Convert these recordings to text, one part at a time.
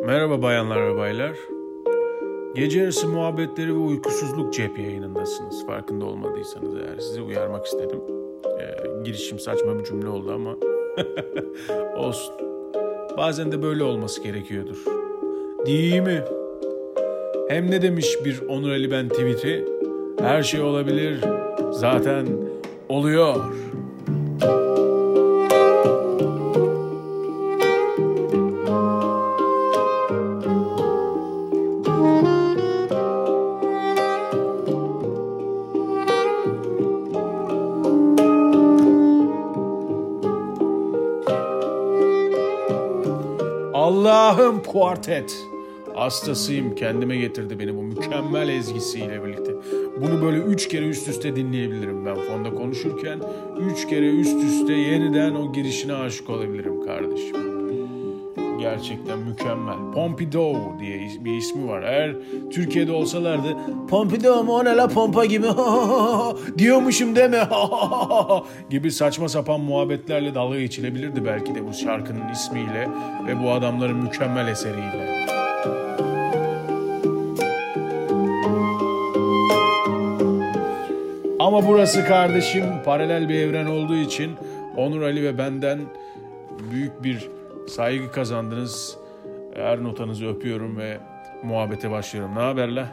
Merhaba bayanlar ve baylar. Gece yarısı muhabbetleri ve uykusuzluk cep yayınındasınız. Farkında olmadıysanız eğer sizi uyarmak istedim. Girişim saçma bir cümle oldu ama olsun. Bazen de böyle olması gerekiyordur. Değil mi? Hem ne demiş bir Onur Ali Ben tweet'i? Her şey olabilir, zaten oluyor. Allah'ım kuartet. Hastasıyım, kendime getirdi beni bu mükemmel ezgisiyle birlikte. Bunu böyle 3 kere üst üste dinleyebilirim ben fonda konuşurken. 3 kere üst üste yeniden o girişine aşık olabilirim kardeşim. Gerçekten mükemmel. Pompidou diye bir ismi var. Eğer Türkiye'de olsalardı Pompidou mu o ne la pompa gibi diyormuşum deme gibi saçma sapan muhabbetlerle dalga geçilebilirdi belki de bu şarkının ismiyle ve bu adamların mükemmel eseriyle. Ama burası kardeşim paralel bir evren olduğu için Onur Ali ve benden büyük bir saygı kazandınız. Her notanızı öpüyorum ve muhabbete başlıyorum. Ne haber la?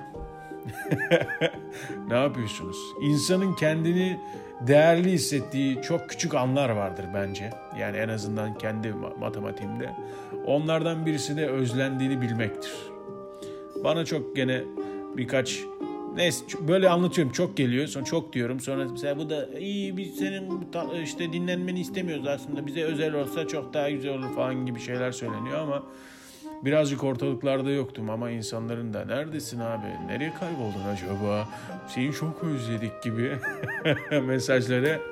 Ne yapıyorsunuz? İnsanın kendini değerli hissettiği çok küçük anlar vardır bence. Yani en azından kendi matematiğimde. Onlardan birisi de özlendiğini bilmektir. Bana çok gene birkaç... Neyse böyle anlatıyorum, çok geliyor, sonra çok diyorum, sonra mesela bu da iyi, biz senin işte dinlenmeni istemiyoruz aslında, bize özel olsa çok daha güzel olur falan gibi şeyler söyleniyor ama birazcık ortalıklarda yoktum ama insanların da neredesin abi, nereye kayboldun acaba, seni çok özledik gibi mesajları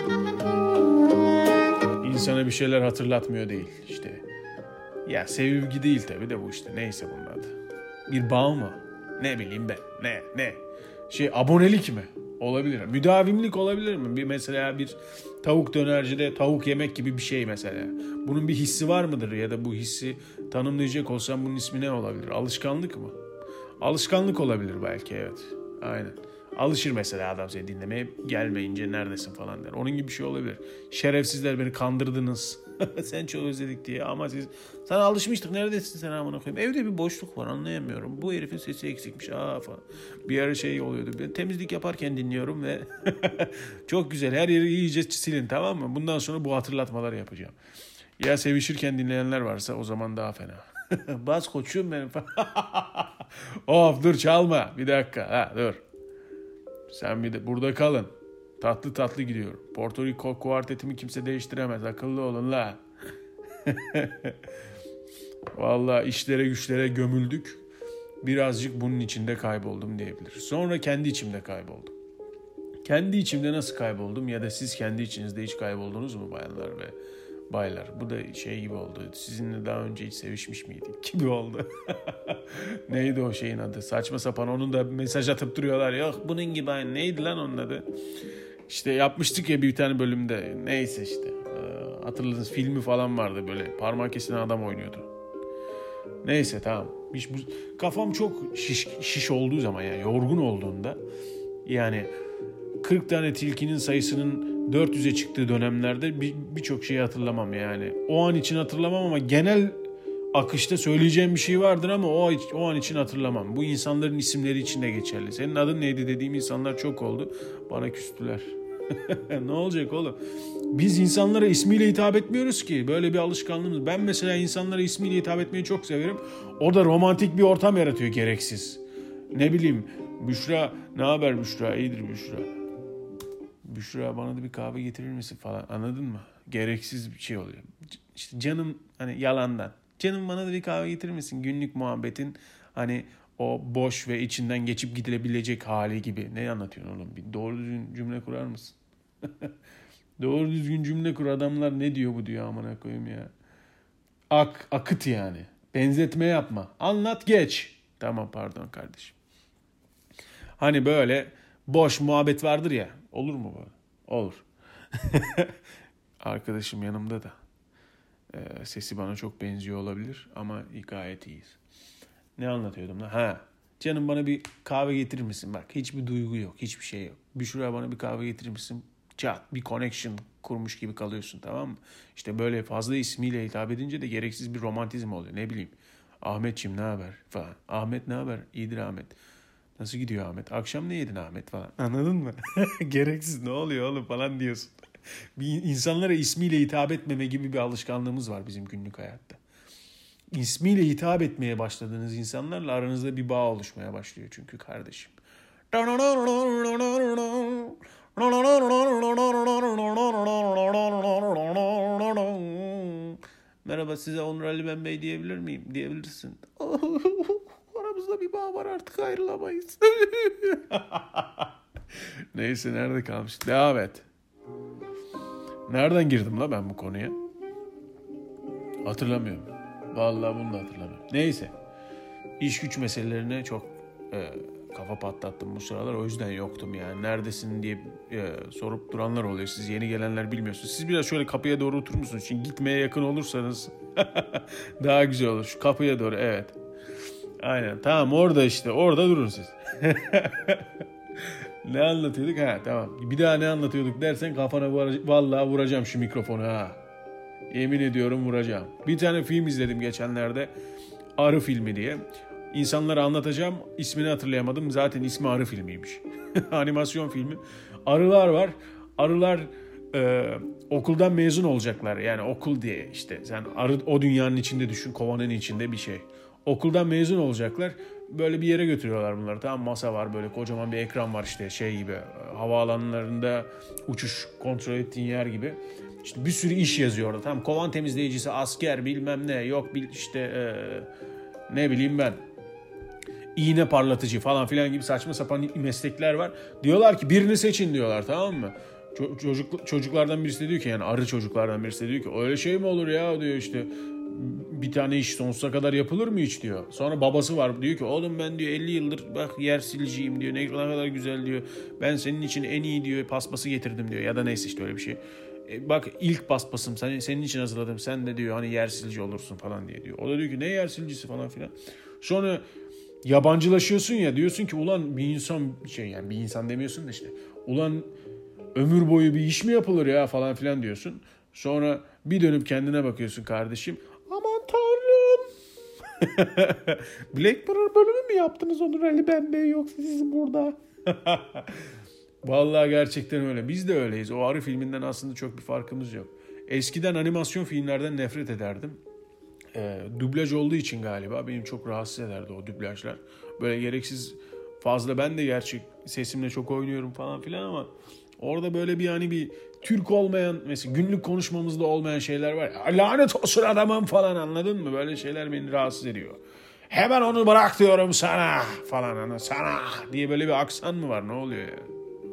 insana bir şeyler hatırlatmıyor değil işte. Ya sevgi değil tabii de bu işte, neyse bunun adı. Bir bağ mı? Ne bileyim ben. Ne? Abonelik mi? Olabilir. Müdavimlik olabilir mi? Bir mesela bir tavuk dönercide tavuk yemek gibi bir şey mesela. Bunun bir hissi var mıdır? Ya da bu hissi tanımlayacak olsam bunun ismi ne olabilir? Alışkanlık mı? Alışkanlık olabilir belki, evet. Aynen. Alışır mesela adam seni dinlemeye, gelmeyince neredesin falan der. Onun gibi bir şey olabilir. Şerefsizler, beni kandırdınız. Sen çok özledik diye ama sana alışmıştık, neredesin sen amına koyayım. Evde bir boşluk var, anlayamıyorum. Bu herifin sesi eksikmiş falan. Bir ara şey oluyordu. Ben temizlik yaparken dinliyorum ve çok güzel, her yeri iyice silin, tamam mı? Bundan sonra bu hatırlatmaları yapacağım. Ya sevişirken dinleyenler varsa o zaman daha fena. Bas koçum benim falan. Of dur çalma bir dakika, dur. Sen bir de burada kalın. Tatlı tatlı gidiyorum. Porto Rico kuartetimi kimse değiştiremez. Akıllı olun la. Vallahi işlere güçlere gömüldük. Birazcık bunun içinde kayboldum diyebiliriz. Sonra kendi içimde kayboldum. Kendi içimde nasıl kayboldum ya da siz kendi içinizde hiç kayboldunuz mu bayanlar ve baylar? Bu da şey gibi oldu. Sizinle daha önce hiç sevişmiş miydik gibi oldu. Neydi o şeyin adı? Saçma sapan, onun da mesaj atıp duruyorlar. Yok bunun gibi aynı. Neydi lan onun adı? İşte yapmıştık ya bir tane bölümde. Neyse işte. Hatırladınız, filmi falan vardı böyle. Parmak kesilen adam oynuyordu. Neyse tamam. Kafam çok şiş olduğu zaman, yani yorgun olduğunda, yani 40 tane tilkinin sayısının 400'e çıktığı dönemlerde birçok şeyi hatırlamam yani. O an için hatırlamam ama genel akışta söyleyeceğim bir şey vardır ama o an için hatırlamam. Bu insanların isimleri için de geçerli. Senin adın neydi dediğim insanlar çok oldu. Bana küstüler. Ne olacak oğlum? Biz insanlara ismiyle hitap etmiyoruz ki. Böyle bir alışkanlığımız. Ben mesela insanlara ismiyle hitap etmeyi çok severim. O da romantik bir ortam yaratıyor gereksiz. Ne bileyim, Büşra, ne haber Büşra? İyidir Büşra. Büşra bana da bir kahve getirir misin falan, anladın mı? Gereksiz bir şey oluyor. İşte canım, hani yalandan. Canım bana da bir kahve getirir misin? Günlük muhabbetin hani o boş ve içinden geçip gidilebilecek hali gibi. Ne anlatıyorsun oğlum? Bir doğru düzgün cümle kurar mısın? Doğru düzgün cümle kur, adamlar ne diyor bu diyor amına koyayım ya. Akıt yani. Benzetme yapma. Anlat geç. Tamam pardon kardeşim. Hani böyle boş muhabbet vardır ya. Olur mu bu? Olur. Arkadaşım yanımda da. Sesi bana çok benziyor olabilir ama gayet iyiyiz. Ne anlatıyordum da? Ha, canım bana bir kahve getirir misin? Bak hiçbir duygu yok, hiçbir şey yok. Büşra bana bir kahve getirir misin? Çat, bir connection kurmuş gibi kalıyorsun, tamam mı? İşte böyle fazla ismiyle hitap edince de gereksiz bir romantizm oluyor. Ne bileyim. Ahmetciğim ne haber falan. Ahmet ne haber? İyidir Ahmet. Nasıl gidiyor Ahmet? Akşam ne yedin Ahmet falan. Anladın mı? Gereksiz, ne oluyor oğlum falan diyorsun. Bir insanlara ismiyle hitap etmeme gibi bir alışkanlığımız var bizim günlük hayatta. İsmiyle hitap etmeye başladığınız insanlarla aranızda bir bağ oluşmaya başlıyor çünkü kardeşim. Merhaba, size Onur Ali Ben Bey diyebilir miyim? Diyebilirsin. Aramızda bir bağ var, artık ayrılamayız. Neyse, nerede kalmış? Devam et. Nereden girdim la ben bu konuya? Hatırlamıyorum. Vallahi bunu da hatırlamıyorum. Neyse. İş güç meselelerine çok kafa patlattım bu sıralar. O yüzden yoktum yani. Neredesin diye sorup duranlar oluyor. Siz yeni gelenler bilmiyorsunuz. Siz biraz şöyle kapıya doğru oturur musunuz? Çünkü gitmeye yakın olursanız daha güzel olur. Şu kapıya doğru, evet. Aynen. Tamam, orada işte. Orada durun siz. Ne anlatıyorduk? Ha, tamam. Bir daha ne anlatıyorduk dersen kafana vallahi vuracağım şu mikrofonu ha. Yemin ediyorum vuracağım. Bir tane film izledim geçenlerde. Arı filmi diye. İnsanlara anlatacağım. İsmini hatırlayamadım. Zaten ismi Arı filmiymiş. Animasyon filmi. Arılar var. Arılar okuldan mezun olacaklar. Yani okul diye işte. Sen arı o dünyanın içinde düşün. Kovanın içinde bir şey. Okuldan mezun olacaklar. Böyle bir yere götürüyorlar bunları. Tamam, masa var, böyle kocaman bir ekran var işte şey gibi. Havaalanlarında uçuş kontrol ettiğin yer gibi. İşte bir sürü iş yazıyor orada. Tamam, kovan temizleyicisi, asker, bilmem ne. Yok işte ne bileyim ben. İğne parlatıcı falan filan gibi saçma sapan meslekler var. Diyorlar ki birini seçin diyorlar, tamam mı? Çocuklardan birisi de diyor ki, yani arı çocuklardan birisi de diyor ki öyle şey mi olur ya diyor işte. Bir tane iş sonsuza kadar yapılır mı hiç diyor. Sonra babası var, diyor ki oğlum ben diyor 50 yıldır bak yer siliciyim diyor. Ne kadar güzel diyor. Ben senin için en iyi diyor paspası getirdim diyor. Ya da neyse işte öyle bir şey. Bak ilk paspasım senin için hazırladım. Sen de diyor hani yer silici olursun falan diye diyor. O da diyor ki ne yer silicisi falan filan. Sonra yabancılaşıyorsun ya, diyorsun ki ulan bir insan yani bir insan demiyorsun da işte. Ulan ömür boyu bir iş mi yapılır ya falan filan diyorsun. Sonra bir dönüp kendine bakıyorsun kardeşim. Aman tanrım. Black Mirror bölümü mü yaptınız Onur Ali Ben Bey, yoksa sizin burada? Vallahi gerçekten öyle. Biz de öyleyiz. O Arı filminden aslında çok bir farkımız yok. Eskiden animasyon filmlerden nefret ederdim. Dublaj olduğu için galiba beni çok rahatsız ederdi o dublajlar. Böyle gereksiz fazla, ben de gerçi sesimle çok oynuyorum falan filan ama orada böyle bir hani bir Türk olmayan, mesela günlük konuşmamızda olmayan şeyler var ya, lanet olsun adamım falan, anladın mı? Böyle şeyler beni rahatsız ediyor. Hemen onu bırak diyorum sana falan, hani sana diye böyle bir aksan mı var, ne oluyor ya?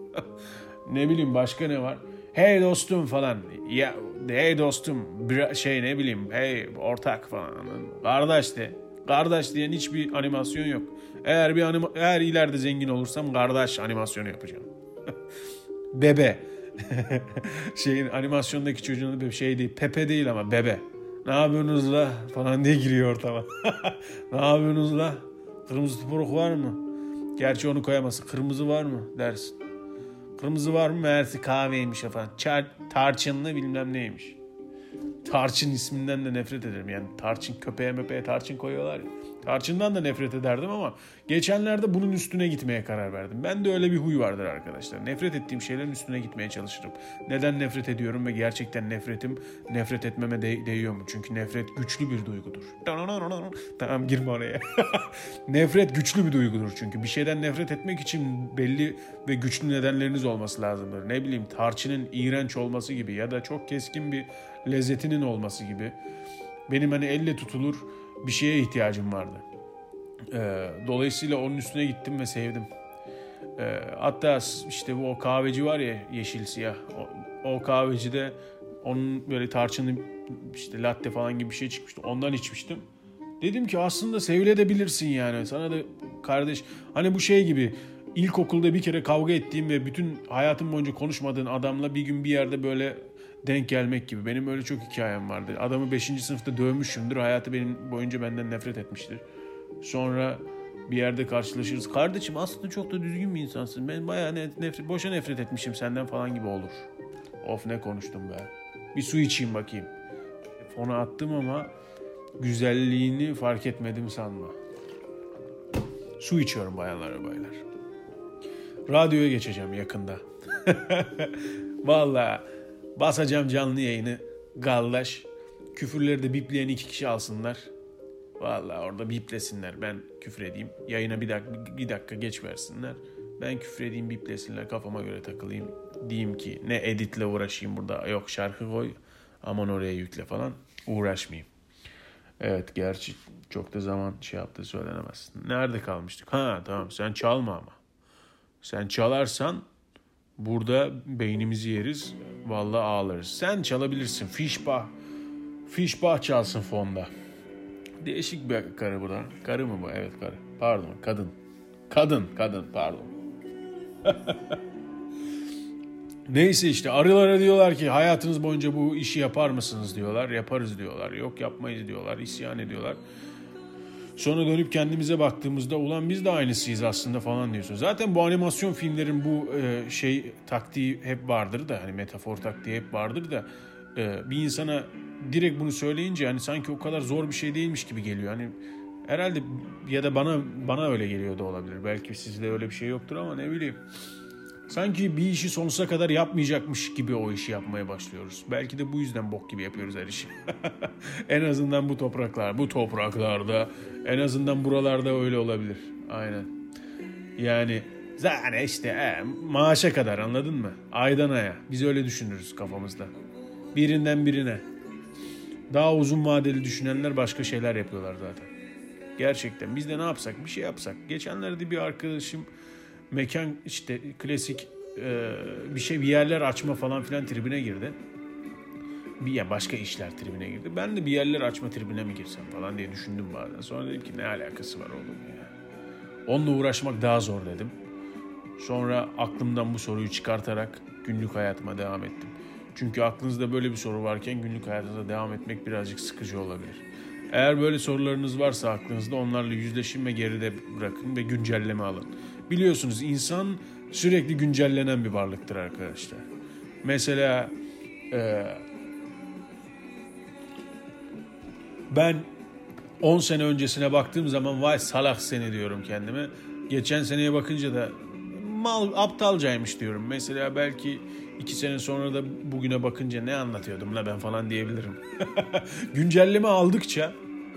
Ne bileyim, başka ne var? Hey dostum falan. Ya hey dostum şey ne bileyim, hey ortak falan. Kardeş de. Kardeş diyen hiçbir animasyon yok. Eğer ileride zengin olursam kardeş animasyonu yapacağım. Bebe. Şeyin animasyondaki çocuğun bir şey değil. Pepe değil ama bebe. Ne yapıyorsunuz la falan diye giriyor ortama. Ne yapıyorsunuz la? Kırmızı toprak var mı? Gerçi onu koyamazsın. Kırmızı var mı dersin. Kırmızı var mı? Meğerse kahveymiş efendim. Tarçınlı bilmem neymiş. Tarçın isminden de nefret ederim. Yani tarçın, köpeğe tarçın koyuyorlar ya. Tarçından da nefret ederdim ama geçenlerde bunun üstüne gitmeye karar verdim. Ben de öyle bir huy vardır arkadaşlar. Nefret ettiğim şeylerin üstüne gitmeye çalışırım. Neden nefret ediyorum ve gerçekten nefret etmeme değiyor mu? Çünkü nefret güçlü bir duygudur. Tamam, girme oraya. Nefret güçlü bir duygudur çünkü. Bir şeyden nefret etmek için belli ve güçlü nedenleriniz olması lazımdır. Ne bileyim, tarçının iğrenç olması gibi ya da çok keskin bir lezzetinin olması gibi. Benim hani elle tutulur bir şeye ihtiyacım vardı. Dolayısıyla onun üstüne gittim ve sevdim. Hatta işte bu o kahveci var ya, yeşil siyah. O kahvecide onun böyle tarçınlı işte latte falan gibi bir şey çıkmıştı. Ondan içmiştim. Dedim ki aslında sevilebilirsin yani. Sana da kardeş, hani bu şey gibi, ilkokulda bir kere kavga ettiğim ve bütün hayatım boyunca konuşmadığın adamla bir gün bir yerde böyle denk gelmek gibi. Benim öyle çok hikayem vardı. Adamı 5. sınıfta dövmüşümdür. Hayatı benim boyunca benden nefret etmiştir. Sonra bir yerde karşılaşırız. Kardeşim aslında çok da düzgün bir insansın. Ben bayağı boşa nefret etmişim senden falan gibi olur. Of ne konuştum be. Bir su içeyim bakayım. Fona attım ama güzelliğini fark etmedim sanma. Su içiyorum bayanlar ve baylar. Radyoya geçeceğim yakında. Vallahi basacağım canlı yayını. Gallaş. Küfürleri de bipleyen 2 kişi alsınlar. Vallahi orada biplesinler. Ben küfür edeyim. Yayına bir dakika geç versinler. Ben küfür edeyim, biplesinler. Kafama göre takılayım. Diyeyim ki ne editle uğraşayım burada. Yok şarkı koy. Aman oraya yükle falan. Uğraşmayayım. Evet gerçi çok da zaman yaptığı söylenemez. Nerede kalmıştık? Ha tamam sen çalma ama. Sen çalarsan burada beynimizi yeriz. Vallahi ağlarız. Sen çalabilirsin. Fishbach çalsın fonda. Değişik bir karı bu da. Karı mı bu? Evet karı. Pardon kadın. Kadın pardon. Neyse işte arılara diyorlar ki hayatınız boyunca bu işi yapar mısınız diyorlar. Yaparız diyorlar. Yok yapmayız diyorlar. İsyan ediyorlar. Sonra dönüp kendimize baktığımızda ulan biz de aynısıyız aslında falan diyorsun. Zaten bu animasyon filmlerin bu taktiği hep vardır da hani metafor taktiği hep vardır da bir insana direkt bunu söyleyince hani sanki o kadar zor bir şey değilmiş gibi geliyor. Hani herhalde ya da bana öyle geliyor da olabilir. Belki sizde öyle bir şey yoktur ama ne bileyim. Sanki bir işi sonsuza kadar yapmayacakmış gibi o işi yapmaya başlıyoruz. Belki de bu yüzden bok gibi yapıyoruz her işi. En azından bu topraklarda, en azından buralarda öyle olabilir. Aynen. Yani zaten işte maaşa kadar anladın mı? Aydan aya. Biz öyle düşünürüz kafamızda. Birinden birine. Daha uzun vadeli düşünenler başka şeyler yapıyorlar zaten. Gerçekten biz de ne yapsak? Bir şey yapsak. Geçenlerde bir arkadaşım mekan işte klasik bir yerler açma falan filan tribine girdi. Başka işler tribine girdi. Ben de bir yerler açma tribine mi girsem falan diye düşündüm bazen. Sonra dedim ki ne alakası var oğlum ya. Onunla uğraşmak daha zor dedim. Sonra aklımdan bu soruyu çıkartarak günlük hayatıma devam ettim. Çünkü aklınızda böyle bir soru varken günlük hayatınıza devam etmek birazcık sıkıcı olabilir. Eğer böyle sorularınız varsa aklınızda onlarla yüzleşin ve geride bırakın ve güncelleme alın. Biliyorsunuz insan sürekli güncellenen bir varlıktır arkadaşlar. Mesela ben 10 sene öncesine baktığım zaman vay salak seni diyorum kendime. Geçen seneye bakınca da aptalcaymış diyorum. Mesela belki 2 sene sonra da bugüne bakınca ne anlatıyordum la ben falan diyebilirim. Güncelleme aldıkça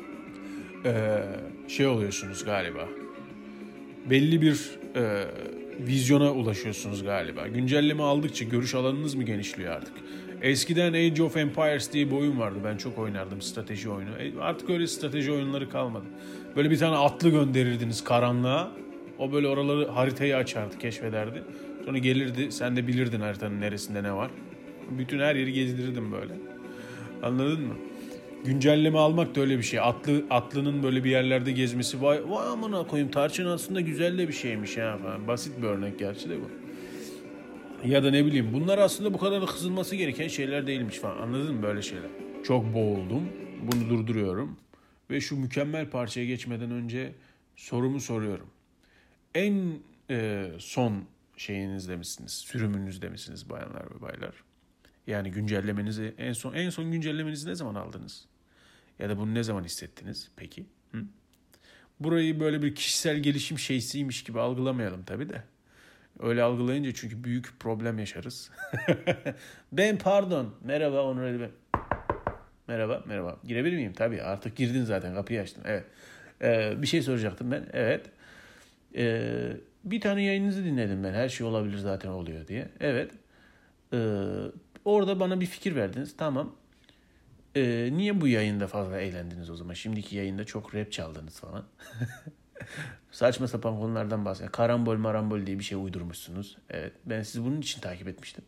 oluyorsunuz galiba. Belli bir vizyona ulaşıyorsunuz galiba. Güncelleme aldıkça görüş alanınız mı genişliyor artık? Eskiden Age of Empires diye bir oyun vardı. Ben çok oynardım strateji oyunu. Artık öyle strateji oyunları kalmadı. Böyle bir tane atlı gönderirdiniz karanlığa. O böyle oraları haritayı açardı, keşfederdi. Sonra gelirdi, sen de bilirdin haritanın neresinde ne var. Bütün her yeri gezdirirdim böyle. Anladın mı? Güncelleme almak da öyle bir şey. Atlının böyle bir yerlerde gezmesi. Vay amına koyayım tarçın aslında güzel de bir şeymiş ha falan. Basit bir örnek gerçi de bu. Ya da ne bileyim bunlar aslında bu kadar da kızılması gereken şeyler değilmiş falan. Anladın mı böyle şeyler? Çok boğuldum. Bunu durduruyorum. Ve şu mükemmel parçaya geçmeden önce sorumu soruyorum. En son şeyinizde misiniz? Sürümünüzde misiniz bayanlar ve baylar? Yani güncellemenizi en son güncellemenizi ne zaman aldınız? Ya da bunu ne zaman hissettiniz peki? Burayı böyle bir kişisel gelişim şeysiymiş gibi algılamayalım tabii de. Öyle algılayınca çünkü büyük problem yaşarız. Pardon. Merhaba Onur Ali ben. Merhaba. Girebilir miyim? Tabii artık girdin zaten kapıyı açtın. Evet. Bir şey soracaktım ben. Evet. Bir tane yayınınızı dinledim ben. Her şey olabilir zaten oluyor diye. Evet. Orada bana bir fikir verdiniz. Tamam. Niye bu yayında fazla eğlendiniz o zaman? Şimdiki yayında çok rap çaldınız falan. Saçma sapan konulardan bahsediyor. Karambol marambol diye bir şey uydurmuşsunuz. Evet. Ben sizi bunun için takip etmiştim.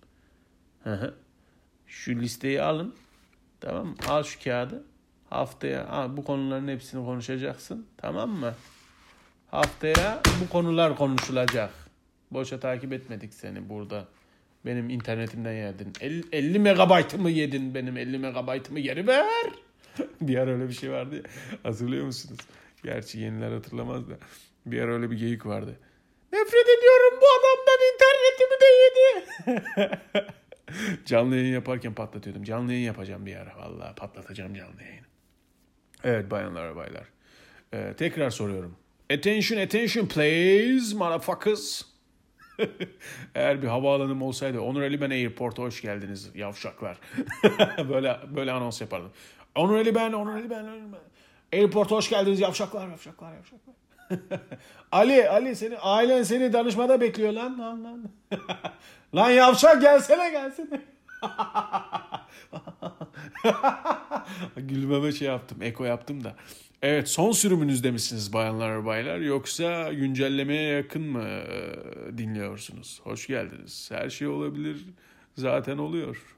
Şu listeyi alın. Tamam mı? Al şu kağıdı. Haftaya bu konuların hepsini konuşacaksın. Tamam mı? Haftaya bu konular konuşulacak. Boşa takip etmedik seni burada. Benim internetimden yedin. 50 megabaytımı yedin, benim 50 megabaytımı geri ver. Bir ara öyle bir şey vardı ya. Hatırlıyor musunuz? Gerçi yeniler hatırlamaz da. Bir ara öyle bir geyik vardı. Nefret ediyorum bu adamdan, internetimi de yedi. Canlı yayın yaparken patlatıyordum. Canlı yayın yapacağım bir ara. Vallahi patlatacağım canlı yayını. Evet bayanlar ve baylar. Tekrar soruyorum. Attention please motherfuckers. Eğer bir havaalanım olsaydı Onur Ali ben Airport'a hoş geldiniz yavşaklar. böyle anons yapardım. Onur Ali ben. Airport'a hoş geldiniz yavşaklar. Ali ailen seni danışmada bekliyor lan. Lan yavşak gelsene. Gülmeme eko yaptım da. Evet, son sürümünüzde misiniz bayanlar ve baylar, yoksa güncellemeye yakın mı dinliyorsunuz? Hoş geldiniz. Her şey olabilir. Zaten oluyor.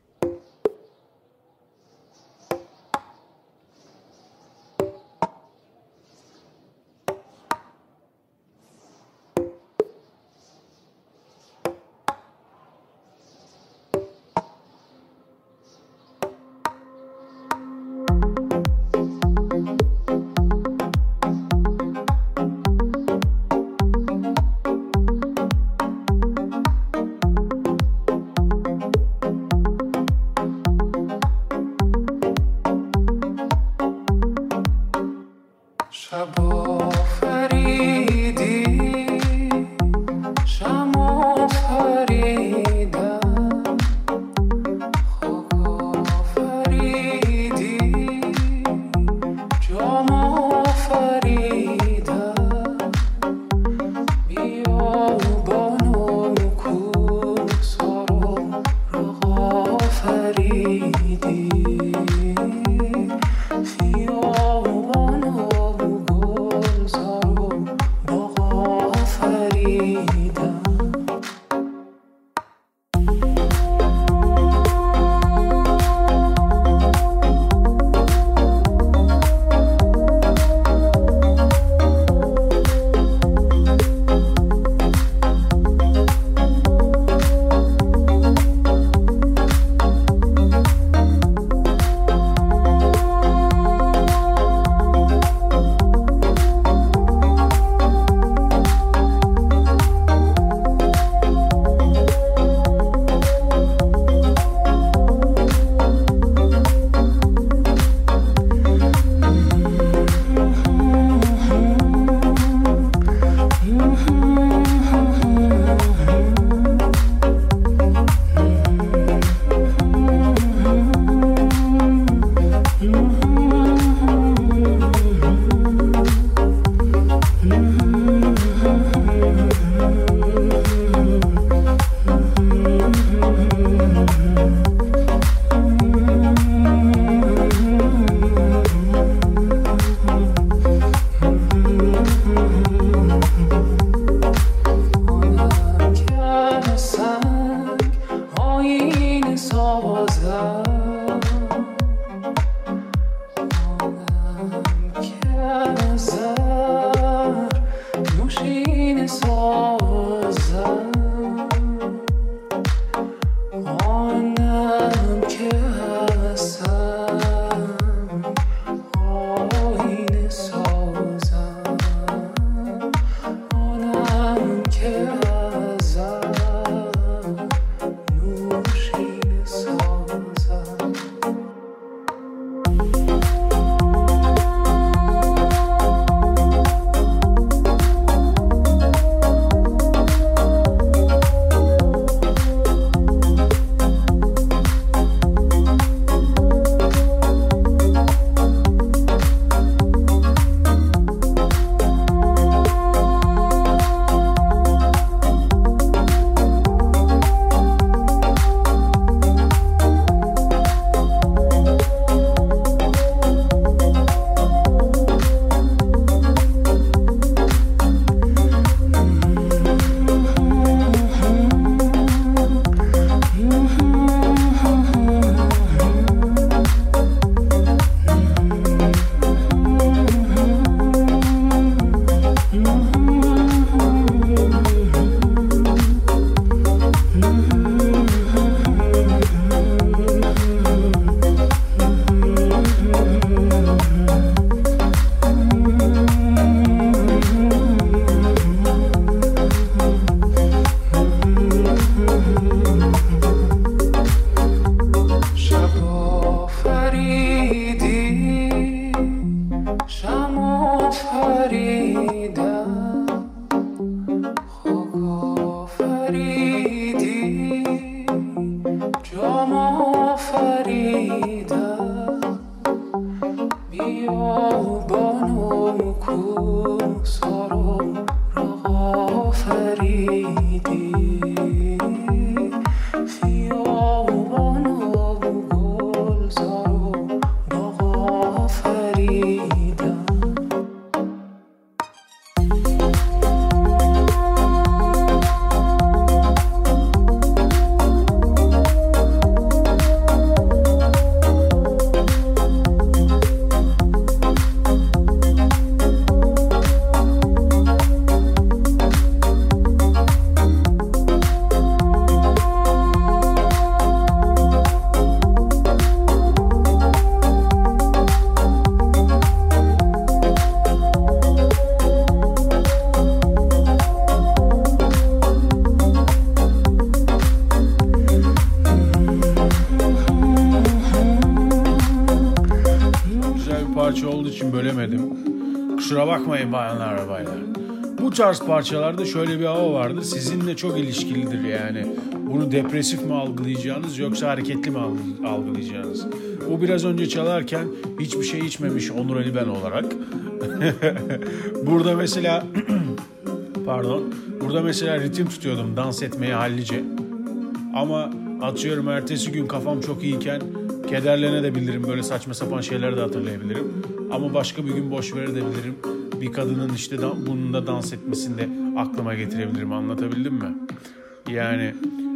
parça olduğu için bölemedim. Kusura bakmayın bayanlar ve baylar. Bu tarz parçalarda şöyle bir hava vardır. Sizinle çok ilişkilidir yani. Bunu depresif mi algılayacağınız yoksa hareketli mi algılayacağınız? O biraz önce çalarken hiçbir şey içmemiş Onur Ali ben olarak. Burada mesela burada mesela ritim tutuyordum dans etmeye hallice. Ama atıyorum ertesi gün kafam çok iyiyken kederlenebilirim. Böyle saçma sapan şeyler de hatırlayabilirim. Ama başka bir gün boş verebilirim. Bir kadının işte bununla dans etmesini de aklıma getirebilirim. Anlatabildim mi? Yani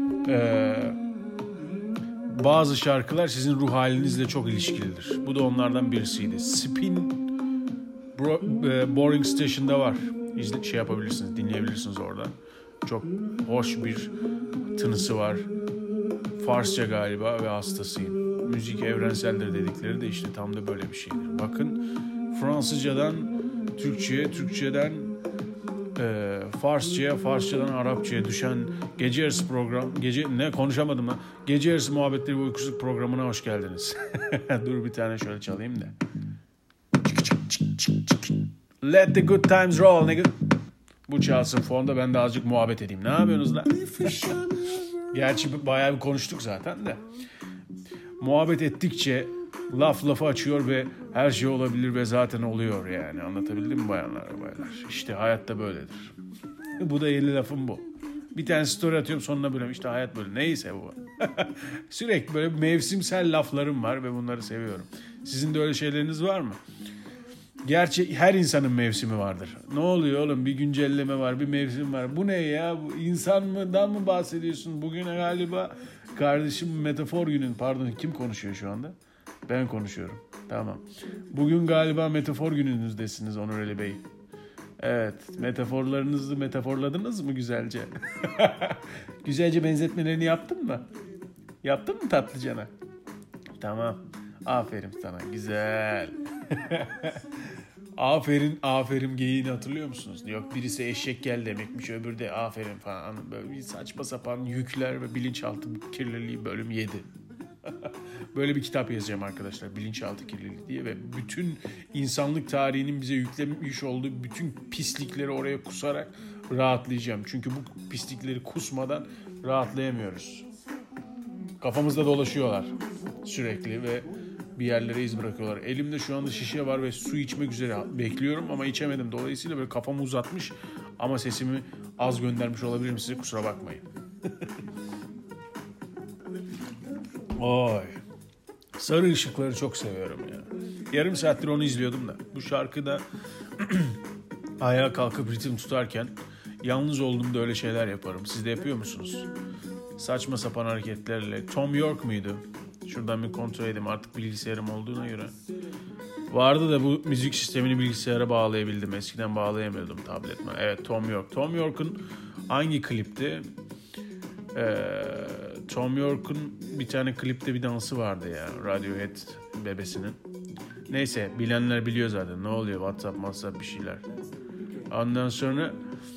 bazı şarkılar sizin ruh halinizle çok ilişkilidir. Bu da onlardan birisiydi. Spin Boring Station'da var. Şey yapabilirsiniz, dinleyebilirsiniz orada. Çok hoş bir tınısı var. Farsça galiba ve hastasıyım. Müzik evrenseldir dedikleri de işte tam da böyle bir şeydir. Bakın Fransızcadan Türkçe'ye, Türkçeden Farsça'ya, Farsçadan Arapça'ya düşen gece yarısı Gece yarısı muhabbetleri ve uykusuzluk programına hoş geldiniz. Dur bir tane şöyle çalayım da. Let the good times roll nigga. Bu çalsın fonda ben de azıcık muhabbet edeyim. Ne yapıyorsunuz lan? Gerçi bayağı bir konuştuk zaten de. Muhabbet ettikçe laf lafı açıyor ve her şey olabilir ve zaten oluyor yani. Anlatabildim mi bayanlar ve baylar? İşte hayatta böyledir. Bu da yeni lafım bu. Bir tane story atıyorum sonuna bölüyorum. İşte hayat böyle. Neyse bu. Sürekli böyle mevsimsel laflarım var ve bunları seviyorum. Sizin de öyle şeyleriniz var mı? Gerçi her insanın mevsimi vardır. Ne oluyor oğlum? Bir güncelleme var, bir mevsim var. Bu ne ya? Bu insan mıdan mı bahsediyorsun? Bugün galiba kardeşim metafor günün. Pardon kim konuşuyor şu anda? Ben konuşuyorum. Tamam. Bugün galiba metafor gününüzdesiniz Onur Ali Bey. Evet. Metaforlarınızı metaforladınız mı güzelce? Güzelce benzetmelerini yaptın mı? Yaptın mı tatlıcana? Tamam. Aferin sana. Güzel. Aferin geyiğini hatırlıyor musunuz? Yok birisi eşek gel demekmiş, öbürü de aferin falan. Böyle bir saçma sapan yükler ve bilinçaltı kirliliği bölüm 7. Böyle bir kitap yazacağım arkadaşlar. Bilinçaltı kirliliği diye ve bütün insanlık tarihinin bize yüklemiş olduğu bütün pislikleri oraya kusarak rahatlayacağım. Çünkü bu pislikleri kusmadan rahatlayamıyoruz. Kafamızda dolaşıyorlar sürekli ve bir yerlere iz bırakıyorlar. Elimde şu anda şişe var ve su içmek üzere bekliyorum ama içemedim. Dolayısıyla böyle kafamı uzatmış ama sesimi az göndermiş olabilirim size, kusura bakmayın. Oy. Sarı ışıkları çok seviyorum ya. Yarım saattir onu izliyordum da. Bu şarkıda ayağa kalkıp ritim tutarken yalnız olduğumda öyle şeyler yaparım. Siz de yapıyor musunuz? Saçma sapan hareketlerle. Tom York muydu? Şuradan bir kontrol edeyim artık bilgisayarım olduğuna göre. Vardı da bu müzik sistemini bilgisayara bağlayabildim. Eskiden bağlayamıyordum tabletime. Evet Tom York. Tom York'un hangi klipti? Tom York'un bir tane klipte bir dansı vardı ya. Radiohead bebesinin. Neyse bilenler biliyor zaten. Ne oluyor? WhatsApp bir şeyler. Ondan sonra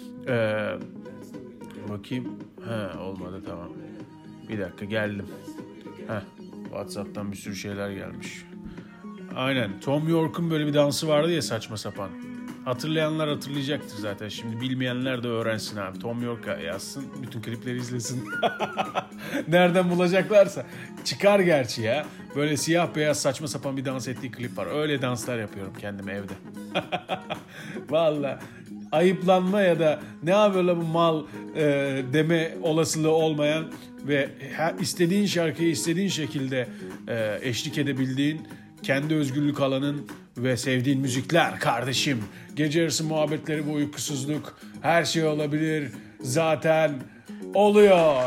bakayım. Olmadı tamam. Bir dakika geldim. WhatsApp'tan bir sürü şeyler gelmiş. Aynen. Tom York'un böyle bir dansı vardı ya saçma sapan. Hatırlayanlar hatırlayacaktır zaten. Şimdi bilmeyenler de öğrensin abi. Tom York yazsın. Bütün klipleri izlesin. Nereden bulacaklarsa. Çıkar gerçi ya. Böyle siyah beyaz saçma sapan bir dans ettiği klip var. Öyle danslar yapıyorum kendime evde. Vallahi ayıplanma ya da ne yapıyorlar bu mal deme olasılığı olmayan ve istediğin şarkıyı istediğin şekilde eşlik edebildiğin kendi özgürlük alanın ve sevdiğin müzikler kardeşim. Gece yarısı muhabbetleri, bu uykusuzluk, her şey olabilir. Zaten oluyor.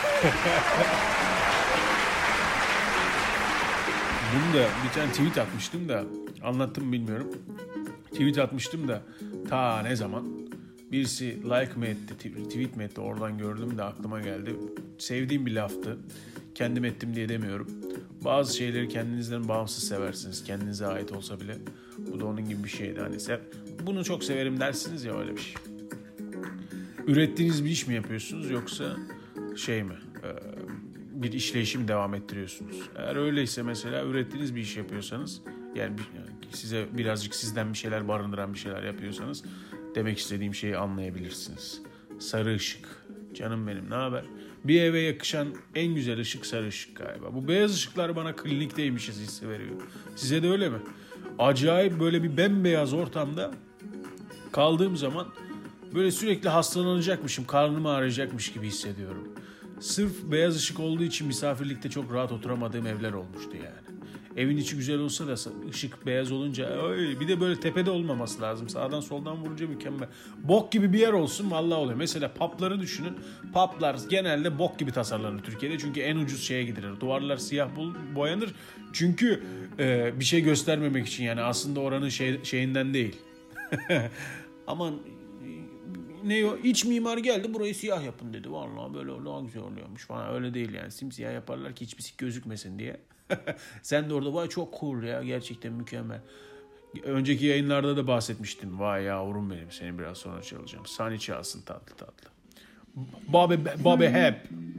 Bunu da bir tane tweet atmıştım da anlattım bilmiyorum. Tweet atmıştım da ta ne zaman birisi like mi etti, tweet mi etti, oradan gördüm de aklıma geldi. Sevdiğim bir laftı. Kendim ettim diye demiyorum. Bazı şeyleri kendinizden bağımsız seversiniz. Kendinize ait olsa bile. Bu da onun gibi bir şeydi. Hani bunu çok severim dersiniz ya, öyle bir şey. Ürettiğiniz bir iş mi yapıyorsunuz yoksa şey mi? bir işleyişim devam ettiriyorsunuz. Eğer öyleyse mesela ürettiğiniz bir iş yapıyorsanız, yani size birazcık sizden bir şeyler barındıran bir şeyler yapıyorsanız demek istediğim şeyi anlayabilirsiniz. Sarı ışık. Canım benim, ne haber? Bir eve yakışan en güzel ışık sarı ışık galiba. Bu beyaz ışıklar bana klinikteymişiz hissi veriyor. Size de öyle mi? Acayip böyle bir bembeyaz ortamda kaldığım zaman böyle sürekli hastalanacakmışım, karnım ağrıyacakmış gibi hissediyorum. Sırf beyaz ışık olduğu için misafirlikte çok rahat oturamadığım evler olmuştu yani. Evin içi güzel olsa da ışık beyaz olunca bir de böyle tepede olmaması lazım. Sağdan soldan vurunca mükemmel. Bok gibi bir yer olsun vallahi oluyor. Mesela pubları düşünün. Publar genelde bok gibi tasarlanır Türkiye'de. Çünkü en ucuz şeye gidilir. Duvarlar siyah boyanır. Çünkü bir şey göstermemek için, yani aslında oranın şeyinden değil. Aman ne o, iç mimar geldi burayı siyah yapın dedi. Vallahi böyle daha güzel oluyormuş falan. Öyle değil yani. Simsiyah yaparlar ki hiçbir sik gözükmesin diye. Sen de orada vay çok cool ya, gerçekten mükemmel. Önceki yayınlarda da bahsetmiştim. Vay yavrum benim, seni biraz sonra çalacağım. Sani çalsın tatlı tatlı. Bobby hep.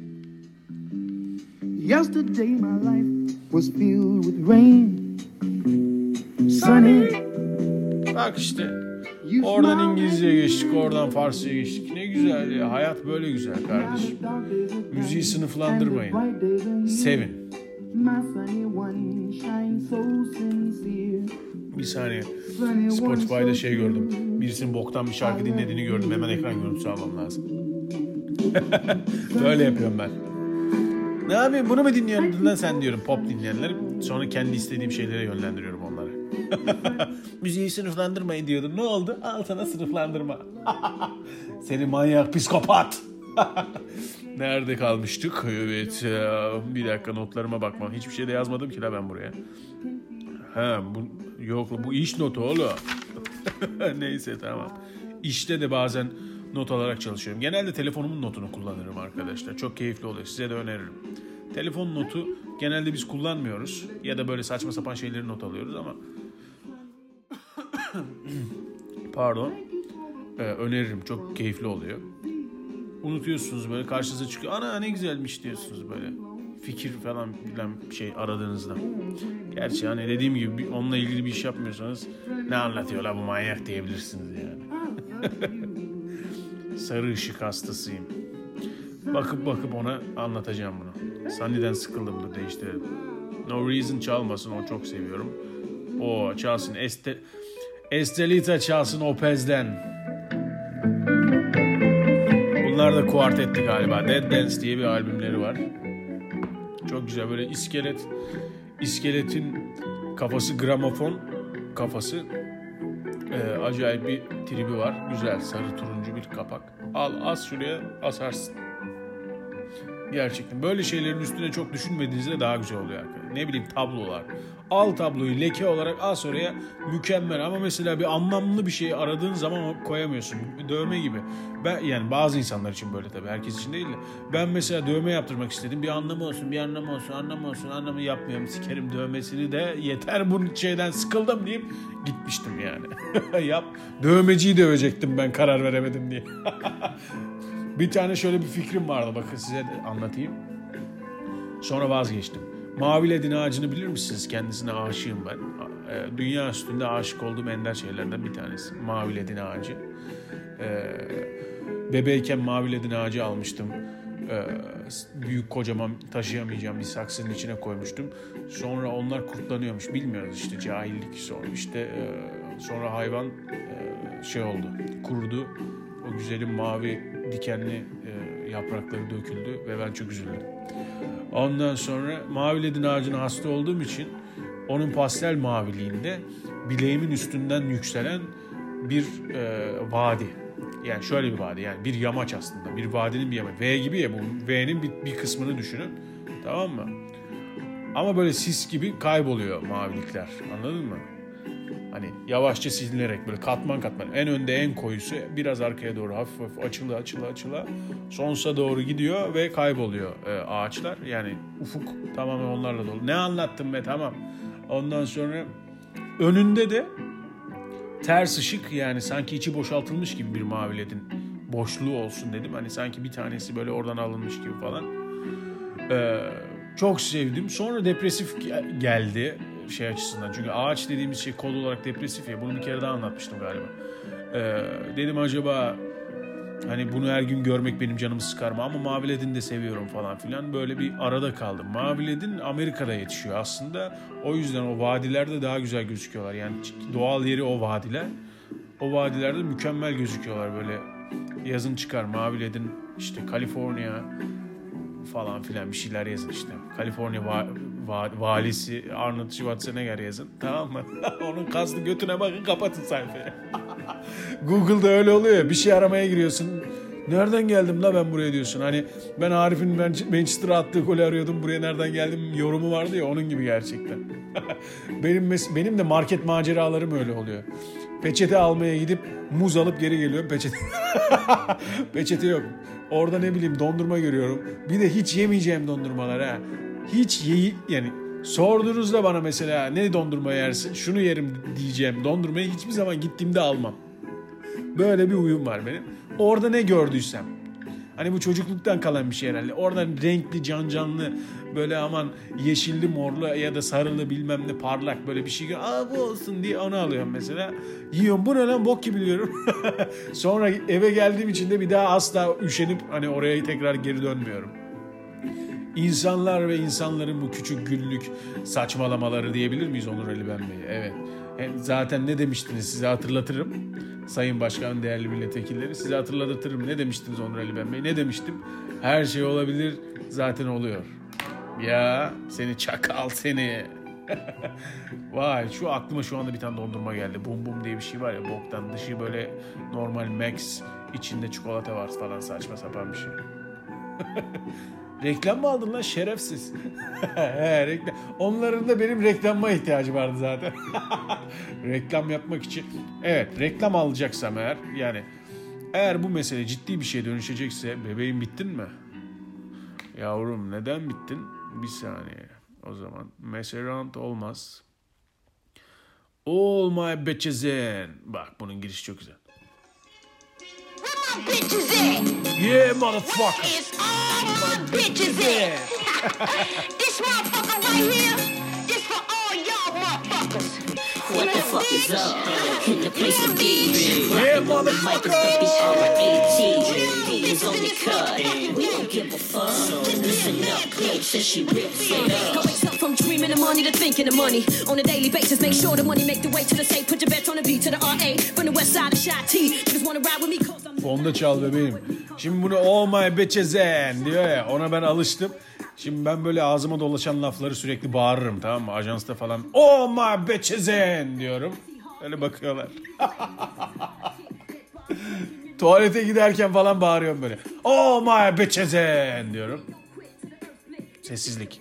Yesterday my life was filled with rain. Sunny. Bak işte. Oradan İngilizce'ye geçtik, oradan Farsça'ya geçtik. Ne güzel ya. Hayat böyle güzel kardeşim. Müziği sınıflandırmayın. Sevin. Bir saniye. Spotify'da şey gördüm. Birisinin boktan bir şarkı dinlediğini gördüm. Hemen ekran görüntüsü almam lazım. Böyle yapıyorum ben. Ne yapayım, bunu mu dinliyorsun lan sen diyorum pop dinleyenleri. Sonra kendi istediğim şeylere yönlendiriyorum onları. Müziği sınıflandırmayın diyordum. Ne oldu? Al sana sınıflandırma. Seni manyak psikopat. Nerede kalmıştık? Evet. Bir dakika notlarıma bakmam. Hiçbir şey de yazmadım ki la ben buraya. Yok bu iş notu oğlum. Neyse tamam. İşte de bazen not alarak çalışıyorum. Genelde telefonumun notunu kullanırım arkadaşlar. Çok keyifli oluyor. Size de öneririm. Telefon notu genelde biz kullanmıyoruz. Ya da böyle saçma sapan şeyleri not alıyoruz ama pardon. Öneririm. Çok keyifli oluyor. Unutuyorsunuz, böyle karşınıza çıkıyor. Ana ne güzelmiş diyorsunuz böyle. Fikir falan bilen şey aradığınızda. Gerçi hani dediğim gibi onunla ilgili bir iş yapmıyorsanız ne anlatıyorlar bu manyak diyebilirsiniz yani. Sarı ışık hastasıyım. Bakıp ona anlatacağım bunu. Sunny'den sıkıldım, değiştirelim. No Reason çalmasın, o çok seviyorum. O çalsın. Estelita çalsın Opez'den. Bunlar da kuartetti galiba. Dead Dance diye bir albümleri var. Çok güzel, böyle iskeletin kafası gramofon kafası. Acayip bir tribi var. Güzel sarı turuncu bir kapak. Az şuraya asarsın. Gerçekten böyle şeylerin üstüne çok düşünmediğinizde daha güzel oluyor arkadaşlar. Ne bileyim tablolar. Al tabloyu leke olarak as oraya, mükemmel. Ama mesela bir anlamlı bir şey aradığın zaman koyamıyorsun. Bir dövme gibi. Yani bazı insanlar için böyle tabii. Herkes için değil de. Ben mesela dövme yaptırmak istedim. Bir anlamı olsun. Anlamı yapmıyorum. Sikerim dövmesini de. Yeter bu şeyden sıkıldım deyip gitmiştim yani. Dövmeciyi dövecektim ben, karar veremedim diye. Bir tane şöyle bir fikrim vardı. Bakın size de anlatayım. Sonra vazgeçtim. Mavi ledin ağacını bilir misiniz? Kendisine aşığım ben. Dünya üstünde aşık olduğum ender şeylerden bir tanesi. Mavi ledin ağacı. Bebeğken mavi ledin ağacı almıştım. Büyük kocaman taşıyamayacağım bir saksının içine koymuştum. Sonra onlar kurtlanıyormuş. Bilmiyoruz işte, cahillik sonra. Sonra hayvan oldu. Kurudu. O güzelim mavi dikenli yaprakları döküldü ve ben çok üzüldüm. Ondan sonra mavi ledin ağacına hasta olduğum için onun pastel maviliğinde bileğimin üstünden yükselen bir vadi. Yani şöyle bir vadi, yani bir yamaç aslında. Bir vadinin bir yamaç. V gibi ya, bu V'nin bir kısmını düşünün. Tamam mı? Ama böyle sis gibi kayboluyor mavilikler. Anladın mı? Hani yavaşça silinerek böyle katman. En önde en koyusu, biraz arkaya doğru hafif açıla sonsuza doğru gidiyor ve kayboluyor ağaçlar. Yani ufuk tamamen onlarla dolu. Ne anlattım be, tamam. Ondan sonra önünde de ters ışık, yani sanki içi boşaltılmış gibi bir mavi ledin boşluğu olsun dedim. Hani sanki bir tanesi böyle oradan alınmış gibi falan. Çok sevdim. Sonra depresif geldi şey açısından. Çünkü ağaç dediğimiz şey kod olarak depresif ya. Bunu bir kere daha anlatmıştım galiba. Dedim acaba hani bunu her gün görmek benim canımı sıkar mı? Ama Mavi Ledin'i de seviyorum falan filan. Böyle bir arada kaldım. Mavi Ledin Amerika'da yetişiyor aslında. O yüzden o vadilerde daha güzel gözüküyorlar. Yani doğal yeri o vadiler. O vadilerde mükemmel gözüküyorlar böyle. Yazın çıkar Mavi Ledin işte Kaliforniya falan filan bir şeyler yazın işte. Kaliforniya valisi Arnold Schwarzenegger yazın. Tamam mı? Onun kaslı götüne bakın, kapatın sayfayı. Google'da öyle oluyor ya. Bir şey aramaya giriyorsun. Nereden geldim la ben buraya diyorsun. Hani ben Arif'in Manchester'a attığı golü arıyordum. Buraya nereden geldim yorumu vardı ya, onun gibi gerçekten. benim de market maceralarım öyle oluyor. Peçete almaya gidip muz alıp geri geliyorum. Peçete yok. Orada ne bileyim dondurma görüyorum. Bir de hiç yemeyeceğim dondurmalar ha. Yani sorduğunuzda bana mesela ne dondurma yersin? Şunu yerim diyeceğim dondurmayı hiçbir zaman gittiğimde almam. Böyle bir huyum var benim. Orada ne gördüysem. Hani bu çocukluktan kalan bir şey herhalde. Oradan renkli, canlı, böyle aman yeşilli, morlu ya da sarılı bilmem ne parlak böyle bir şey. Bu olsun diye onu alıyorum mesela. Yiyorum, bu ne lan, bok gibi diyorum. Sonra eve geldiğim için de bir daha asla üşenip hani oraya tekrar geri dönmüyorum. İnsanlar ve insanların bu küçük günlük saçmalamaları diyebilir miyiz Onur Ali Ben Bey? Evet. Zaten ne demiştiniz size hatırlatırım. Sayın Başkan, değerli milletvekilleri size hatırlatırım. Ne demiştiniz Onur Ali Ben Bey? Ne demiştim? Her şey olabilir, zaten oluyor. Ya seni çakal seni. Vay, şu aklıma şu anda bir tane dondurma geldi. Bum bum diye bir şey var ya, boktan, dışı böyle normal Max, içinde çikolata var falan, saçma sapan bir şey. Reklam mı aldın lan şerefsiz? Reklam. Onların da benim reklamma ihtiyacı vardı zaten. Reklam yapmak için. Evet, reklam alacaksam eğer, yani eğer bu mesele ciddi bir şeye dönüşecekse, bebeğim bittin mi? Yavrum neden bittin? Bir saniye. O zaman mess around olmaz. All my bitches in. Bak bunun girişi çok güzel. Bitches at? Yeah motherfucker. It's all my bitches at? This motherfucker right here is for all y'all motherfuckers. What the fuck is up? In the place of D. Yeah, motherfucker. He is on the cut. We don't give a fuck. Listen up, Clay says she rips it up. I wake up from dreaming of money to thinking of money. On a daily basis, make sure the money make the way to the safe. Put your bets on the B to the RA. From the west side of Chi-T. Just wanna ride with me cause I'm... Fonda çal bebeğim. Şimdi bunu all my bitches in diyor ya, ona ben alıştım. Şimdi ben böyle ağzıma dolaşan lafları sürekli bağırırım, tamam mı? Ajansta falan all my bitches in diyorum. Öyle bakıyorlar. Tuvalete giderken falan bağırıyorum böyle. All my bitches in diyorum. Sessizlik.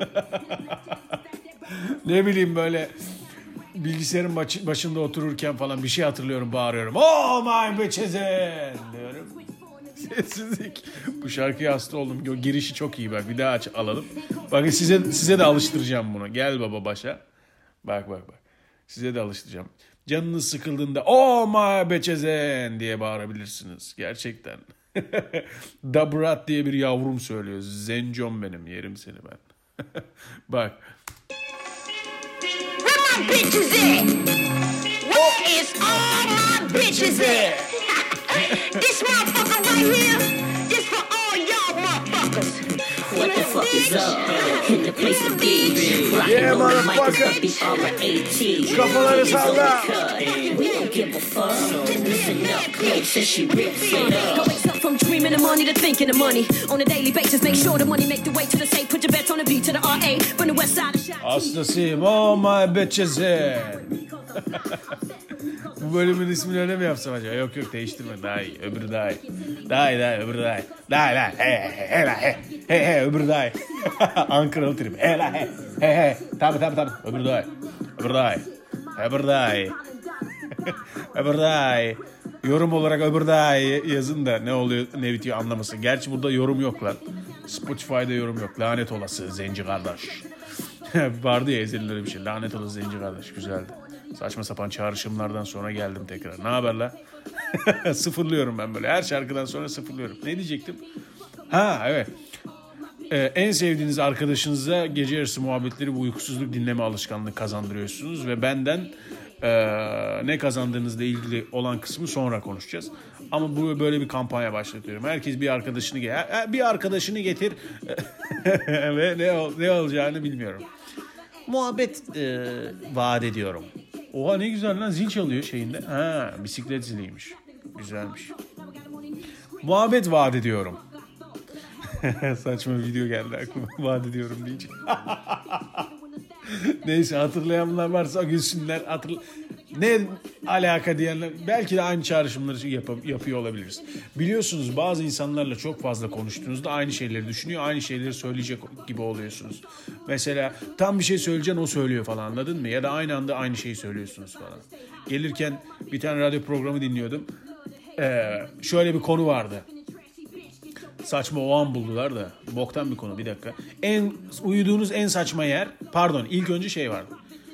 Ne bileyim böyle bilgisayarın başında otururken falan bir şey hatırlıyorum, bağırıyorum. All my bitches in diyorum. Sessizlik. Bu şarkıya hasta oldum. Girişi çok iyi bak. Bir daha alalım. Bakın size de alıştıracağım bunu. Gel baba başa. Bak. Size de alıştıracağım. Canınız sıkıldığında oh my bitches diye bağırabilirsiniz. Gerçekten. Dabrat diye bir yavrum söylüyor. Zencon benim. Yerim seni ben. Bak. Where my bitches at? Where is all my bitches at? This motherfucker right here is for all y'all motherfuckers. What the fuck is up? In the place of D. Yeah, Rockin' on the mic motherfucker. is WRAT. Kafaları salla. We don't give a fuck. Listen up, Clay says she rips it I up. wake up from dreaming of money to thinking of money. On a daily basis, make sure the money make the way to the safe. Put your bets on the B to the RA. From the west side of Chi-T. Hastasıyım. Oh my bitches in. Bu bölümün ismini öyle mi yapsam acaba? Yok değiştirme, daha iyi. Öbürü daha iyi. Daha iyi öbürü daha iyi. Daha iyi he öbürü daha iyi. Ankaralı trip. He. Tabii. Öbürü daha iyi. Öbürü daha iyi. Yorum olarak öbürü daha iyi yazın da ne oluyor ne bitiyor anlamasın. Gerçi burada yorum yok lan. Spotify'da yorum yok. Lanet olası zenci kardeş. Vardı ya ezelileri bir şey. Lanet olası zenci kardeş. Güzeldi. Saçma sapan çağrışımlardan sonra geldim tekrar. Ne haber la? Sıfırlıyorum ben böyle. Her şarkıdan sonra sıfırlıyorum. Ne diyecektim? Ha evet. En sevdiğiniz arkadaşınıza gece yarısı muhabbetleri ve uykusuzluk dinleme alışkanlığı kazandırıyorsunuz ve benden ne kazandığınızla ilgili olan kısmı sonra konuşacağız. Ama bu böyle bir kampanya başlatıyorum. Herkes bir arkadaşını getir ve ne olacağını bilmiyorum. Muhabbet vaat ediyorum. Oha ne güzel lan, zil çalıyor şeyinde. Ha, bisiklet ziliymiş. Güzelmiş. Muhabbet vaat ediyorum. Saçma bir video geldi aklıma. Vaat ediyorum deyince. Neyse, hatırlayanlar varsa gülsünler. Ne alaka diyenler, belki de aynı çağrışımları yapıyor olabiliriz. Biliyorsunuz bazı insanlarla çok fazla konuştuğunuzda aynı şeyleri düşünüyor, aynı şeyleri söyleyecek gibi oluyorsunuz. Mesela tam bir şey söyleyeceksin, o söylüyor falan, anladın mı? Ya da aynı anda aynı şeyi söylüyorsunuz falan. Gelirken bir tane radyo programı dinliyordum. Şöyle bir konu vardı. Saçma, o an buldular da. Boktan bir konu, bir dakika. Uyuduğunuz en saçma yer. Pardon, ilk önce şey vardı.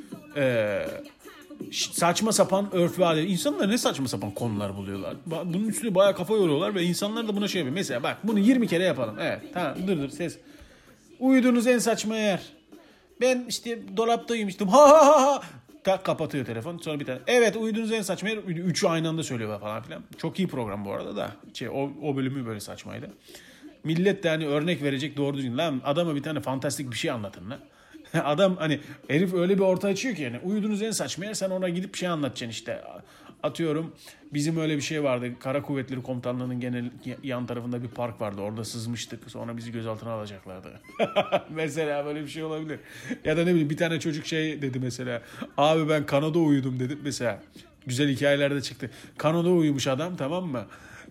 Saçma sapan örf ve adet. İnsanlar ne saçma sapan konular buluyorlar. Bunun üstüne bayağı kafa yoruyorlar ve insanlar da buna şey yapıyor. Mesela bak, bunu 20 kere yapalım. Evet, tamam, dur ses. Uyuduğunuz en saçma yer. Ben işte dolapta uyumuştum. Ha ha ha ha. Kapatıyor telefon. Sonra bir tane. Evet, uyuduğunuz en saçma yer. Üçü aynı anda söylüyorlar falan filan. Çok iyi program bu arada da. O bölümü böyle saçmaydı. Millet de hani örnek verecek doğru düzgün. Lan adama bir tane fantastik bir şey anlatın lan. Adam hani herif öyle bir orta açıyor ki yani. Uyuduğunuz en saçma yer, sen ona gidip bir şey anlatacaksın işte. Atıyorum, bizim öyle bir şey vardı. Kara Kuvvetleri Komutanlığı'nın genel yan tarafında bir park vardı. Orada sızmıştık. Sonra bizi gözaltına alacaklardı. Mesela böyle bir şey olabilir. Ya da ne bileyim, bir tane çocuk şey dedi mesela. Abi ben kanoda uyudum dedi. Mesela güzel hikayelerde çıktı. Kanoda uyumuş adam, tamam mı?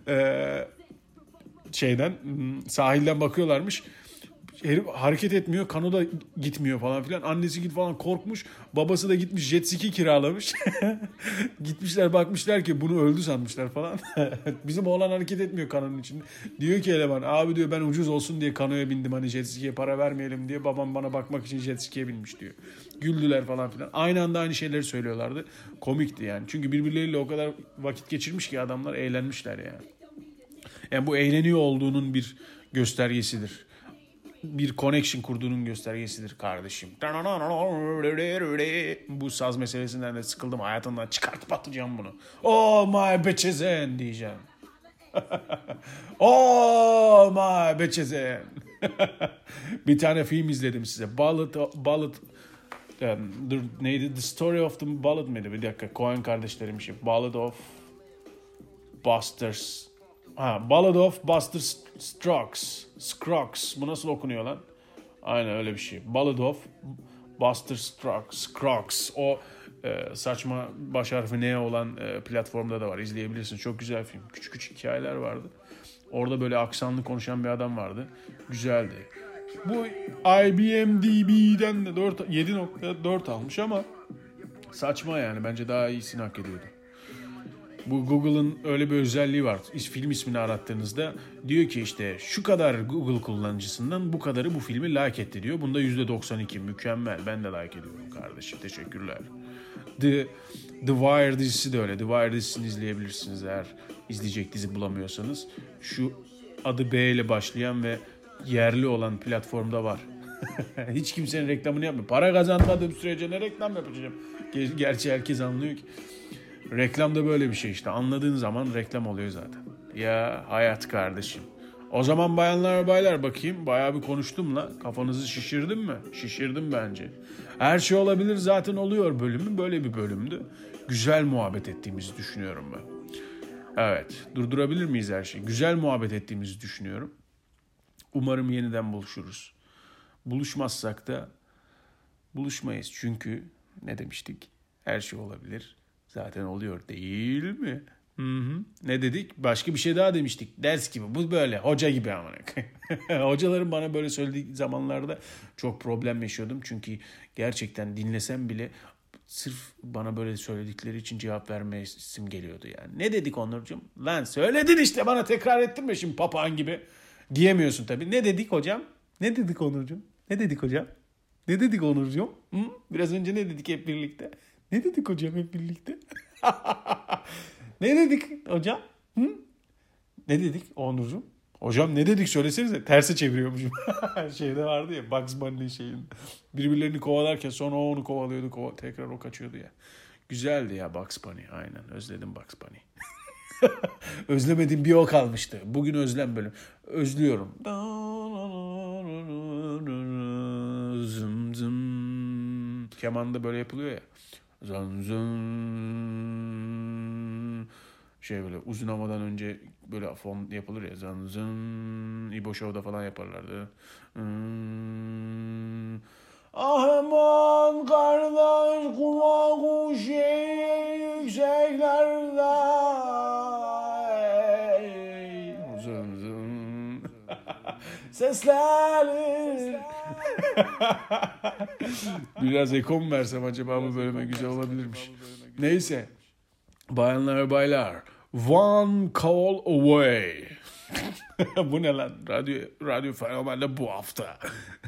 Sahilden bakıyorlarmış. Herif hareket etmiyor, kanoda gitmiyor falan filan. Annesi git falan korkmuş. Babası da gitmiş jet ski kiralamış. Gitmişler, bakmışlar ki bunu öldü sanmışlar falan. Bizim oğlan hareket etmiyor kanonun içinde. Diyor ki eleman, abi diyor ben ucuz olsun diye kanoya bindim, hani jet skiye para vermeyelim diye. Babam bana bakmak için jet skiye binmiş diyor. Güldüler falan filan. Aynı anda aynı şeyleri söylüyorlardı. Komikti yani. Çünkü birbirleriyle o kadar vakit geçirmiş ki adamlar eğlenmişler yani. Yani bu eğleniyor olduğunun bir göstergesidir. Bir connection kurduğunun göstergesidir kardeşim. Bu saz meselesinden de sıkıldım. Hayatımdan çıkartıp atacağım bunu. Oh my bitches and diyeceğim. Oh my bitches and. Bir tane film izledim size. Neydi? The Story of the Ballad mıydı? Bir dakika. Coen kardeşlerim şey. Ballad of Buster Scruggs. Bu nasıl okunuyor lan? Aynen öyle bir şey. Ballad of Buster Scruggs. O saçma baş harfi N olan platformda da var. İzleyebilirsin. Çok güzel film. Küçük küçük hikayeler vardı. Orada böyle aksanlı konuşan bir adam vardı. Güzeldi. Bu IMDb'den de 7.4 almış ama saçma yani. Bence daha iyisini hak ediyordu. Bu Google'ın öyle bir özelliği var. Film ismini arattığınızda diyor ki işte şu kadar Google kullanıcısından bu kadarı bu filmi like etti diyor. Bunda %92. Mükemmel. Ben de like ediyorum kardeşim. Teşekkürler. The Wire dizisi de öyle. The Wire dizisini izleyebilirsiniz eğer izleyecek dizi bulamıyorsanız. Şu adı B ile başlayan ve yerli olan platformda var. Hiç kimsenin reklamını yapmıyor. Para kazanmadığım sürece ne reklam yapacağım? Gerçi herkes anlıyor ki. Reklam da böyle bir şey işte. Anladığın zaman reklam oluyor zaten. Ya hayat kardeşim. O zaman bayanlar baylar, bakayım. Bayağı bir konuştum la. Kafanızı şişirdim mi? Şişirdim bence. Her şey olabilir zaten oluyor bölümü. Böyle bir bölümdü. Güzel muhabbet ettiğimizi düşünüyorum ben. Evet. Durdurabilir miyiz her şeyi? Güzel muhabbet ettiğimizi düşünüyorum. Umarım yeniden buluşuruz. Buluşmazsak da buluşmayız. Çünkü ne demiştik? Her şey olabilir. Zaten oluyor değil mi? Hı. Ne dedik? Başka bir şey daha demiştik. Ders gibi. Bu böyle. Hoca gibi amına. Hocaların bana böyle söylediği zamanlarda çok problem yaşıyordum. Çünkü gerçekten dinlesem bile sırf bana böyle söyledikleri için cevap vermesim geliyordu yani. Ne dedik Onurcuğum? Lan söyledin işte, bana tekrar ettirme şimdi papağan gibi. Diyemiyorsun tabii. Ne dedik hocam? Ne dedik Onurcuğum? Ne dedik hocam? Ne dedik Onurcuğum? Hı? Biraz önce ne dedik hep birlikte? Ne dedik hocam hep birlikte? Ne dedik hocam? Hı? Ne dedik Onurcuğum? Hocam ne dedik söylesenize. Terse çeviriyormuşum. Şeyde vardı ya, Bugs Bunny şeyin. Birbirlerini kovalarken sonra o onu kovalıyordu. Tekrar o kaçıyordu ya. Güzeldi ya Bugs Bunny. Aynen, özledim Bugs Bunny. Özlemediğim bir o kalmıştı. Bugün özlem bölüm. Özlüyorum. Zım zım. Kemanda böyle yapılıyor ya. Zın zın. Şey böyle uzun havadan önce böyle fon yapılır ya. Zın zın. İbo Show'da falan yaparlardı. Aman kardeş kulağı yükseklerde. Zın zın. Sesler. Biraz eko mu versem acaba bu bölüme, güzel olabilirmiş. Neyse. Bayanlar baylar. One call away. Bu ne lan? Radyo Fenomen'de bu hafta.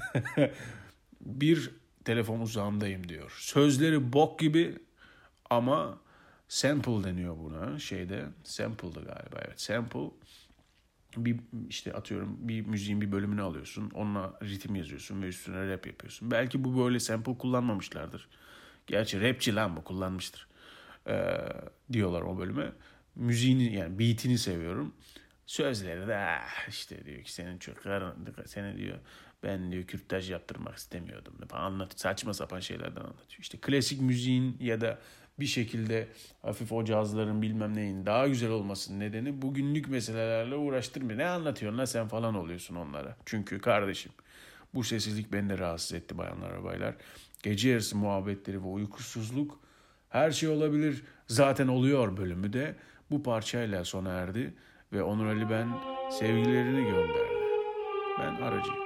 Bir telefon uzağındayım diyor. Sözleri bok gibi ama sample deniyor buna. Sample'dı galiba. Evet, sample. Bir işte atıyorum bir müziğin bir bölümünü alıyorsun. Onunla ritim yazıyorsun ve üstüne rap yapıyorsun. Belki bu böyle sample kullanmamışlardır. Gerçi rapçi lan bu, kullanmıştır. Diyorlar o bölüme. Müziğini, yani beatini seviyorum. Sözleri de işte diyor ki senin çok seni diyor ben diyor kürtaj yaptırmak istemiyordum falan saçma sapan şeylerden anlatıyor. İşte klasik müziğin ya da bir şekilde hafif o cazların bilmem neyin daha güzel olmasının nedeni bu günlük meselelerle uğraştırmıyor. Ne anlatıyorsun lan sen falan oluyorsun onlara. Çünkü kardeşim bu sessizlik beni de rahatsız etti bayanlar ve baylar. Gece yarısı muhabbetleri ve uykusuzluk her şey olabilir. Zaten oluyor bölümü de bu parçayla sona erdi ve Onur Ali Ben sevgilerini gönderdi. Ben aracıyım.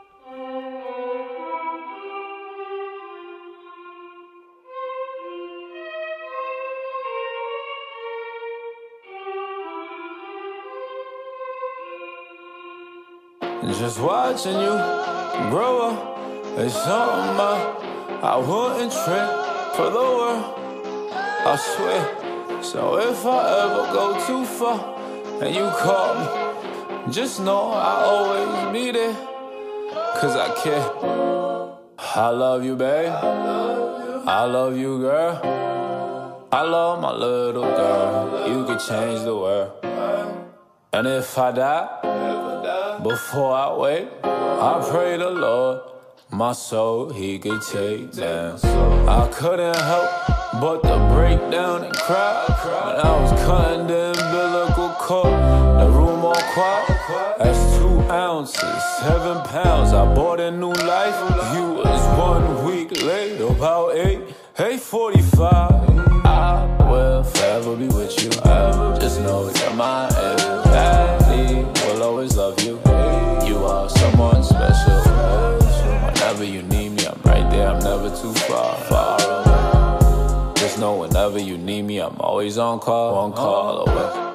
Just watching you grow up is something I wouldn't trade for the world, I swear. So if I ever go too far and you call me, just know I'll always be there, 'cause I care. I love you, babe. I love you, girl. I love my little girl. You could change the world. And if I die before I wake, I pray the Lord my soul he could take down. I couldn't help but to break down and cry when I was cutting the umbilical cord. The room all quiet. That's 2 ounces, 7 pounds. I bought a new life. You was 1 week late, about 8:45. I will forever be with you. Just know you're my everybody. Will always love you. You are someone special. Whenever you need me, I'm right there. I'm never too far away. Just know whenever you need me, I'm always on call. 1 call away.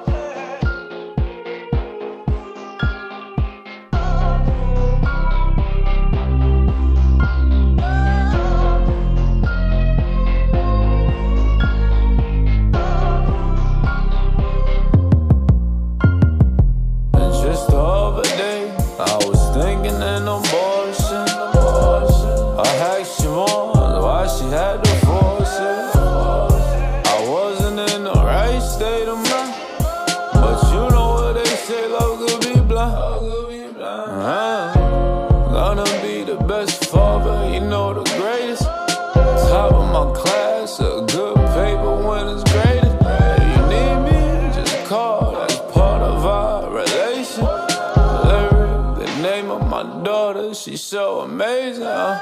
Gonna be the best father, you know, the greatest. Top of my class, a good paper when it's graded. If you need me, just call, that's part of our relation. Larry, the name of my daughter, she's so amazing.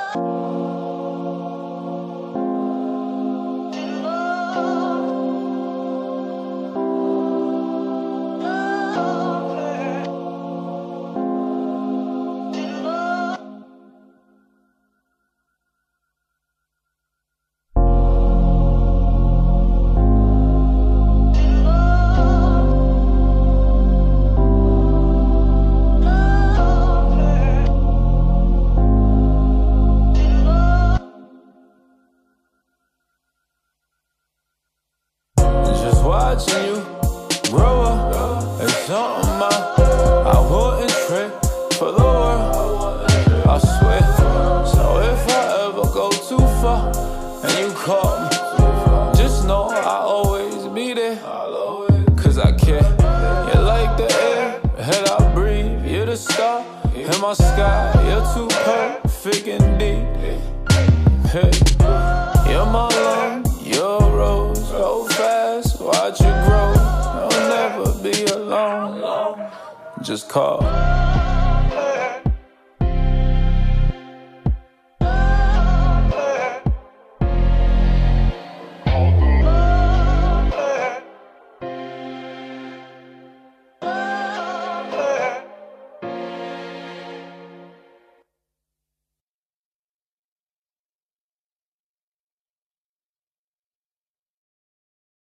Watching you grow up is something I wouldn't prolific indeed. Hey, you're my love, you're a rose. Hold fast, watch you grow. You'll never be alone. Just call.